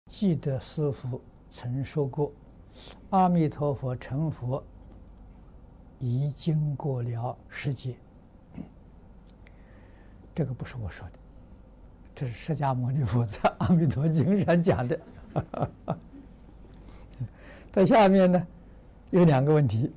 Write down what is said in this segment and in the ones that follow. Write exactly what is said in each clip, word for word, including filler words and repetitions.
记得师父曾说过：“阿弥陀佛成佛已经过了世界。”这个不是我说的，这是释迦牟尼佛在《阿弥陀经》上讲的。在下面呢，有两个问题：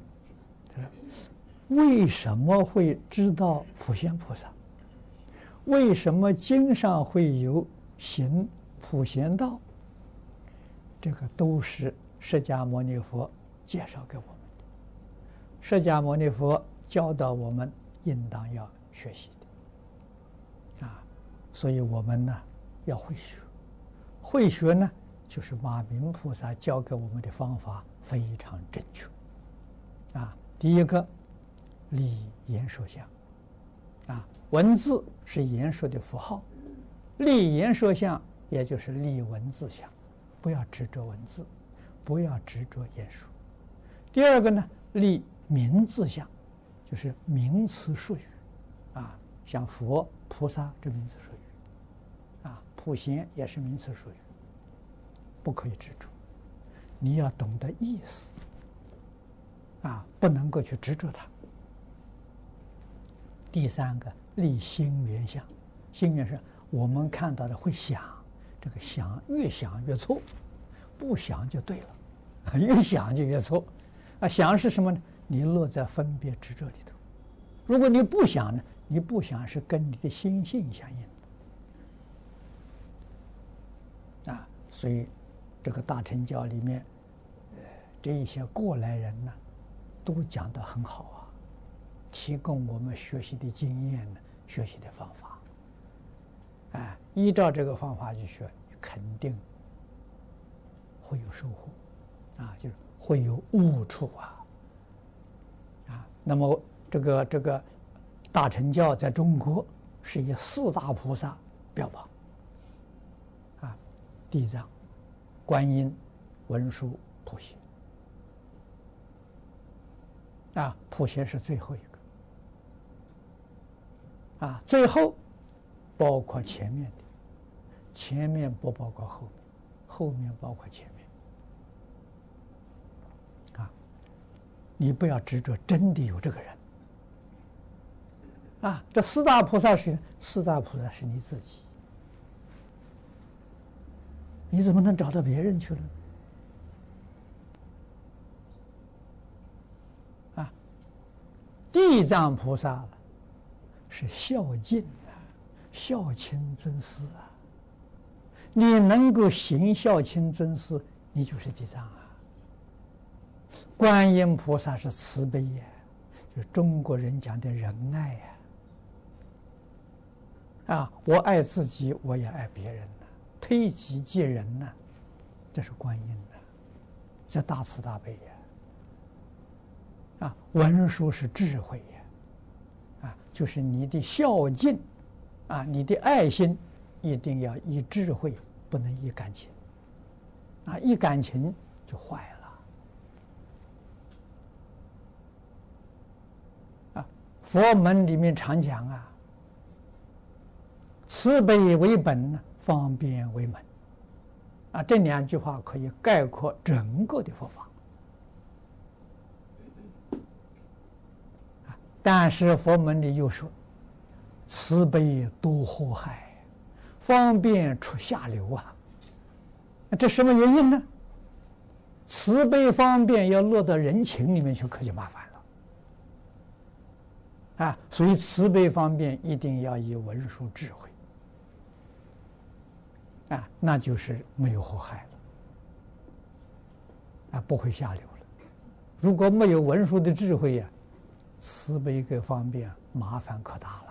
为什么会知道普贤菩萨？为什么经上会有行普贤道？这个都是释迦牟尼佛介绍给我们的。释迦牟尼佛教导我们，应当要学习的啊，所以我们呢要会学。会学呢，就是马明菩萨教给我们的方法非常正确啊。第一个，立言说相啊，文字是言说的符号，立言说相也就是立文字相。不要执着文字，不要执着言说。第二个呢，立名字相，就是名词术语啊，像佛、菩萨这名词术语啊，普贤也是名词术语，不可以执着。你要懂得意思啊，不能够去执着它。第三个，立心缘相，心缘是我们看到的会想。这个想越想越错，不想就对了，越想就越错。啊，想是什么呢？你落在分别执着里头。如果你不想呢，你不想是跟你的心性相应的。啊，所以这个大乘教里面，呃，这一些过来人呢，都讲得很好啊，提供我们学习的经验呢，学习的方法。啊，依照这个方法去学，肯定会有收获，啊，就是会有悟处啊，啊，那么这个这个大乘教在中国是以四大菩萨标榜，啊，地藏、观音、文殊、普贤，啊，普贤是最后一个，啊，最后。包括前面的，前面不包括后面，后面包括前面。啊，你不要执着，真的有这个人。啊，这四大菩萨是四大菩萨是你自己，你怎么能找到别人去了？啊，地藏菩萨是孝敬。孝亲尊师啊，你能够行孝亲尊师，你就是地藏啊。观音菩萨是慈悲呀，就是中国人讲的仁爱呀。啊，我爱自己，我也爱别人呐，推己及人呐，这是观音呐，这大慈大悲呀。啊，文殊是智慧呀，啊，就是你的孝敬。啊，你的爱心一定要以智慧，不能以感情。啊，以感情就坏了。啊，佛门里面常讲啊，慈悲为本，方便为门。啊，这两句话可以概括整个的佛法。啊，但是佛门里又说。慈悲多祸害，方便出下流啊！这什么原因呢？慈悲方便要落到人情里面去，可就麻烦了啊！所以慈悲方便一定要以文殊智慧啊，那就是没有祸害了啊，不会下流了。如果没有文殊的智慧呀、啊，慈悲跟方便麻烦可大了。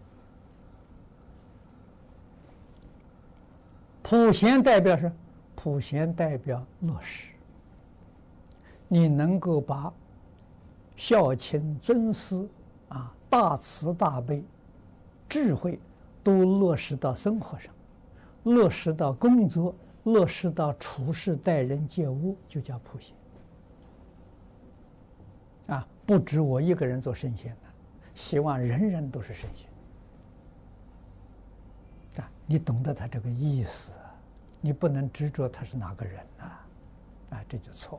普贤代表是，普贤代表落实。你能够把孝亲尊师啊、大慈大悲、智慧都落实到生活上，落实到工作，落实到处事待人接物，就叫普贤。啊，不止我一个人做圣贤的，希望人人都是圣贤。啊，你懂得他这个意思， 你不能执着他是哪个人啊，啊，这就错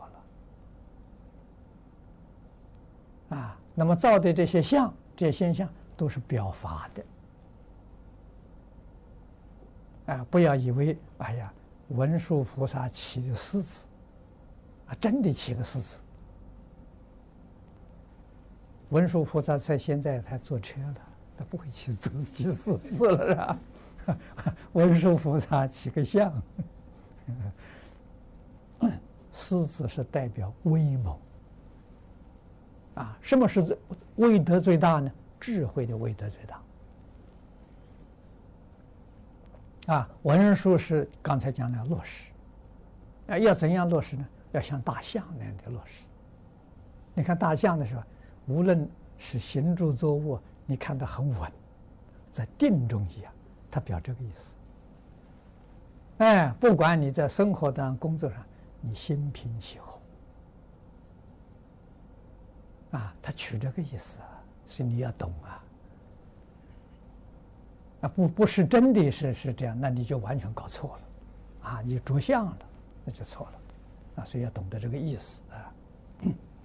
了。啊，那么造的这些相、这些现象都是表法的。啊，不要以为哎呀，文殊菩萨起的狮子，啊，真的起个狮子。文殊菩萨在现在他坐车了，他不会起坐起狮子了啦。文殊菩萨起个相，狮子是代表威猛。啊，什么是最威德最大呢？智慧的威德最大。啊，文殊是刚才讲了落实。啊，要怎样落实呢？要像大象那样的落实。你看大象的时候，无论是行住坐卧，你看它很稳，在定中一样，它表这个意思。哎，不管你在生活当中、工作上，你心平气和。啊，他取这个意思啊，所以你要懂啊。啊，不不是真的是是这样，那你就完全搞错了，啊，你着相了，那就错了，啊，所以要懂得这个意思啊。